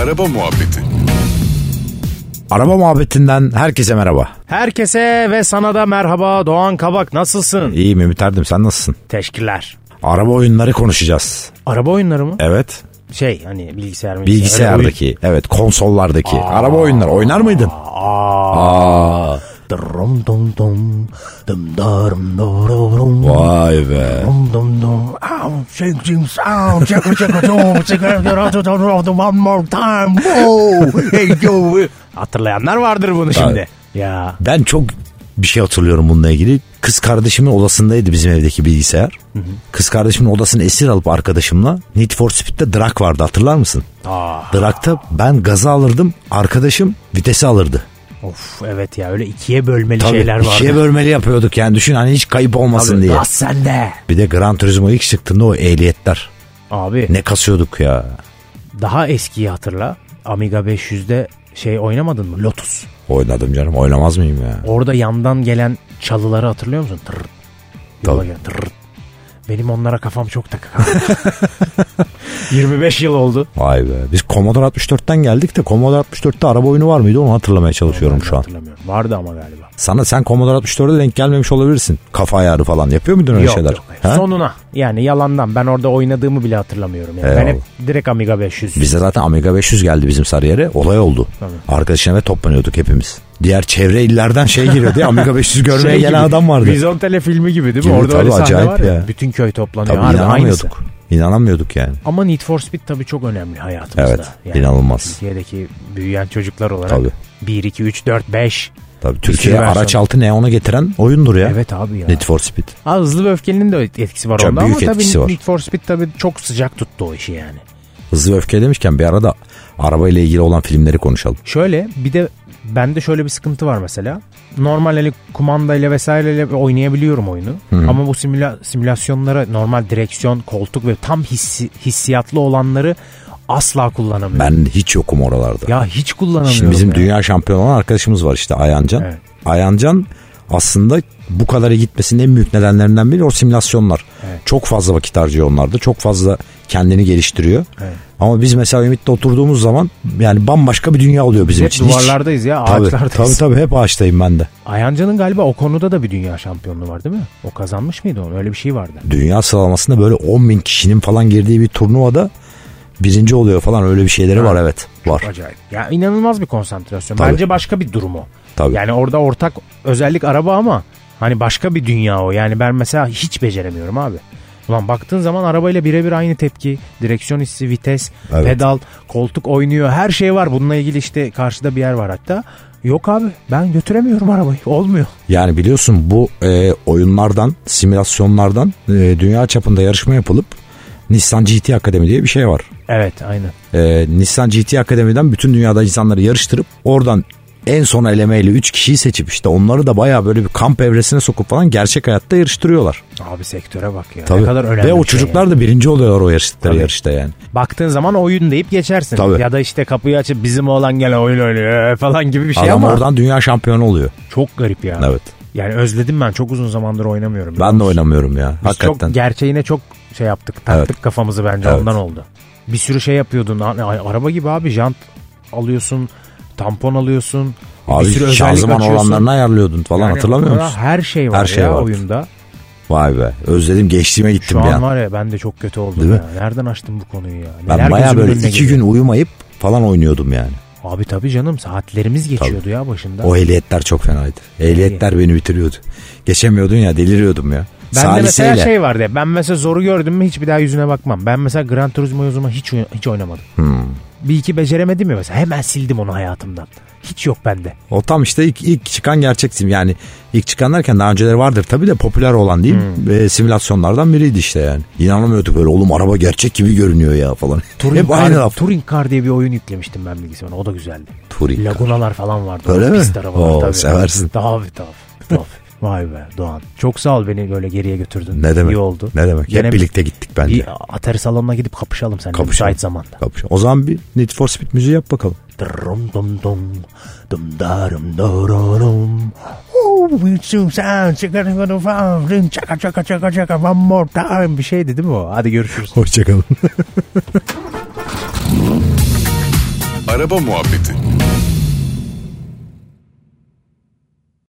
Araba Muhabbeti. Araba muhabbetinden herkese merhaba. Herkese ve sana da merhaba. Doğan Kabak, nasılsın? İyiyim Ümit Erdem, sen nasılsın? Teşekkürler. Araba oyunları konuşacağız. Araba oyunları mı? Evet. Hani bilgisayar Bilgisayardaki, evet, konsollardaki araba oyunları. Oynar mıydın? Vay be. Hatırlayanlar vardır bunu şimdi. Ya. Ben çok bir şey hatırlıyorum bununla ilgili. Kız kardeşimin odasındaydı bizim evdeki bilgisayar. Kız kardeşimin odasını esir alıp arkadaşımla Need for Speed'de drag vardı, hatırlar mısın? Drag'ta ben gazı alırdım, arkadaşım vitesi alırdı. Of evet ya, öyle ikiye bölmeli Tabii, şeyler vardı. İkiye bölmeli yapıyorduk yani, düşün hani hiç kayıp olmasın Tabii, diye. gaz sende. Bir de Gran Turismo ilk çıktığında o ehliyetler. Abi. Ne kasıyorduk ya. Daha eskiyi hatırla. Amiga 500'de oynamadın mı? Lotus. Oynadım canım, oynamaz mıyım ya? Orada yandan gelen çalıları hatırlıyor musun? Tırr. Yola gel. Tırr. Benim onlara kafam çok takık. 25 yıl oldu. Vay be. Biz Commodore 64'ten geldik de Commodore 64'te araba oyunu var mıydı, onu hatırlamaya çalışıyorum şu an. Hatırlamıyorum. Vardı ama galiba. Sen Commodore 64'e denk gelmemiş olabilirsin. Kafa ayarı falan yapıyor muydun öyle şeyler? Yok. Sonuna. Yani yalandan. Ben orada oynadığımı bile hatırlamıyorum. Yani. Ben hep direkt Amiga 500. Bize zaten Amiga 500 geldi bizim Sarıyer'e. Olay oldu. Arkadaşına ve toplanıyorduk hepimiz. Diğer çevre illerden giriyordu ya, Amiga 500 görmeye gelen gibi, adam vardı. Vizontele filmi gibi değil mi? Gibi, Orada öyle sahne var ya. Ya. Bütün köy toplanıyor. Tabii, İnanamıyorduk yani. Ama Need for Speed tabii çok önemli hayatımızda. Evet, yani inanılmaz. Türkiye'deki büyüyen çocuklar olarak. Tabii. 1, 2, 3, 4, 5. Tabii Türkiye'ye araç altı neona getiren oyundur ya. Evet abi ya. Need for Speed. Hızlı ve Öfkeli'nin de etkisi var çok onda büyük ama etkisi tabii var. Need for Speed tabii çok sıcak tuttu o işi yani. Hızlı ve Öfkeli demişken bir arada arabayla ilgili olan filmleri konuşalım. Şöyle bir de bende şöyle bir sıkıntı var mesela. Normal kumandayla vesaireyle oynayabiliyorum oyunu. Ama bu simülasyonlara normal direksiyon, koltuk ve tam hissiyatlı olanları asla kullanamıyorum. Ben hiç yokum oralarda. Ya hiç kullanamıyorum. Şimdi bizim dünya şampiyonu olan arkadaşımız var işte, Ayancan. Evet. Ayancan aslında bu kadar iyi gitmesinin en büyük nedenlerinden biri o simülasyonlar. Evet. Çok fazla vakit harcıyor onlarda. Çok fazla kendini geliştiriyor. Evet. Ama biz mesela Ümit'le oturduğumuz zaman yani bambaşka bir dünya oluyor bizim için. Duvarlardayız ya, ağaçlardayız. Tabii hep ağaçtayım ben de. Ayancan'ın galiba o konuda da bir dünya şampiyonluğu var değil mi? O kazanmış mıydı onu? Öyle bir şey vardı. Dünya sıralamasında böyle 10.000 kişinin falan girdiği bir turnuvada birinci oluyor falan, öyle bir şeyleri var, evet. Var. Çok acayip. Ya inanılmaz bir konsantrasyon. Tabii. Bence başka bir durum o. Tabii. Yani orada ortak özellik araba ama hani başka bir dünya o. Yani ben mesela hiç beceremiyorum abi. Ulan baktığın zaman arabayla birebir aynı tepki, direksiyon hissi, vites, pedal, koltuk oynuyor. Her şey var. Bununla ilgili işte karşıda bir yer var hatta. Yok abi, ben götüremiyorum arabayı. Olmuyor. Yani biliyorsun bu oyunlardan, simülasyonlardan dünya çapında yarışma yapılıp Nissan GT Akademi diye bir şey var. Evet, aynen. Nissan GT Akademi'den bütün dünyada insanları yarıştırıp oradan en son elemeyle 3 kişiyi seçip işte onları da bayağı böyle bir kamp evresine sokup falan gerçek hayatta yarıştırıyorlar. Abi sektöre bak ya. Tabii. Ne kadar önemli. Ve o çocuklar da birinci oluyorlar o yarışta yani. Baktığın zaman oyun deyip geçersin. Tabii. Ya da işte kapıyı açıp bizim oğlan gel oyun oynuyor falan gibi bir şey. Adam ama oradan dünya şampiyonu oluyor. Çok garip ya. Evet. Yani özledim ben, çok uzun zamandır oynamıyorum. Ben de oynamıyorum ya. Biz hakikaten. Çok gerçeğine çok yaptık. Taktık kafamızı bence, ondan oldu. Bir sürü şey yapıyordun. Araba gibi abi, jant alıyorsun, tampon alıyorsun. Abi şanzıman oranlarını ayarlıyordun falan, yani hatırlamıyor musun? Her şey var, her şey ya oyunda. Vay be, özledim, gençliğime gittim bir an. Şu an var ya, ben de çok kötü oldum ya. Nereden açtım bu konuyu ya? Ben bayağı böyle 2 gün uyumayıp falan oynuyordum yani. Abi tabii canım, saatlerimiz geçiyordu ya başında. O ehliyetler çok fenaydı. Ehliyetler beni bitiriyordu. Geçemiyordun ya, deliriyordum ya. Ben de mesela şey vardı. Ben mesela zoru gördüm mü hiç bir daha yüzüne bakmam. Ben mesela Gran Turismo o zaman hiç oynamadım. Bir iki beceremedim ya mesela, hemen sildim onu hayatımdan. Hiç yok bende. O tam işte ilk çıkan gerçek sim, yani ilk çıkan derken daha önceleri vardır tabii de popüler olan değil ve simülasyonlardan biriydi işte yani. İnanamıyorduk böyle, oğlum araba gerçek gibi görünüyor ya falan. Touring Car diye bir oyun yüklemiştim ben bilgisayarına, o da güzeldi. Touring Lagunalar falan vardı. Öyle mi? Pist arabalar tabii. Seversin. Tabii. Vay be Doğan. Çok sağ ol, beni böyle geriye götürdün. Ne demek? İyi oldu. Ne demek? Gene hep birlikte gittik bence. Bir Atari salonuna gidip kapışalım seninle müsait zamanda. O zaman bir Need for Speed müziği yap bakalım. One more time bir şeydi değil mi o? Hadi görüşürüz. Hoşçakalın. Araba Muhabbeti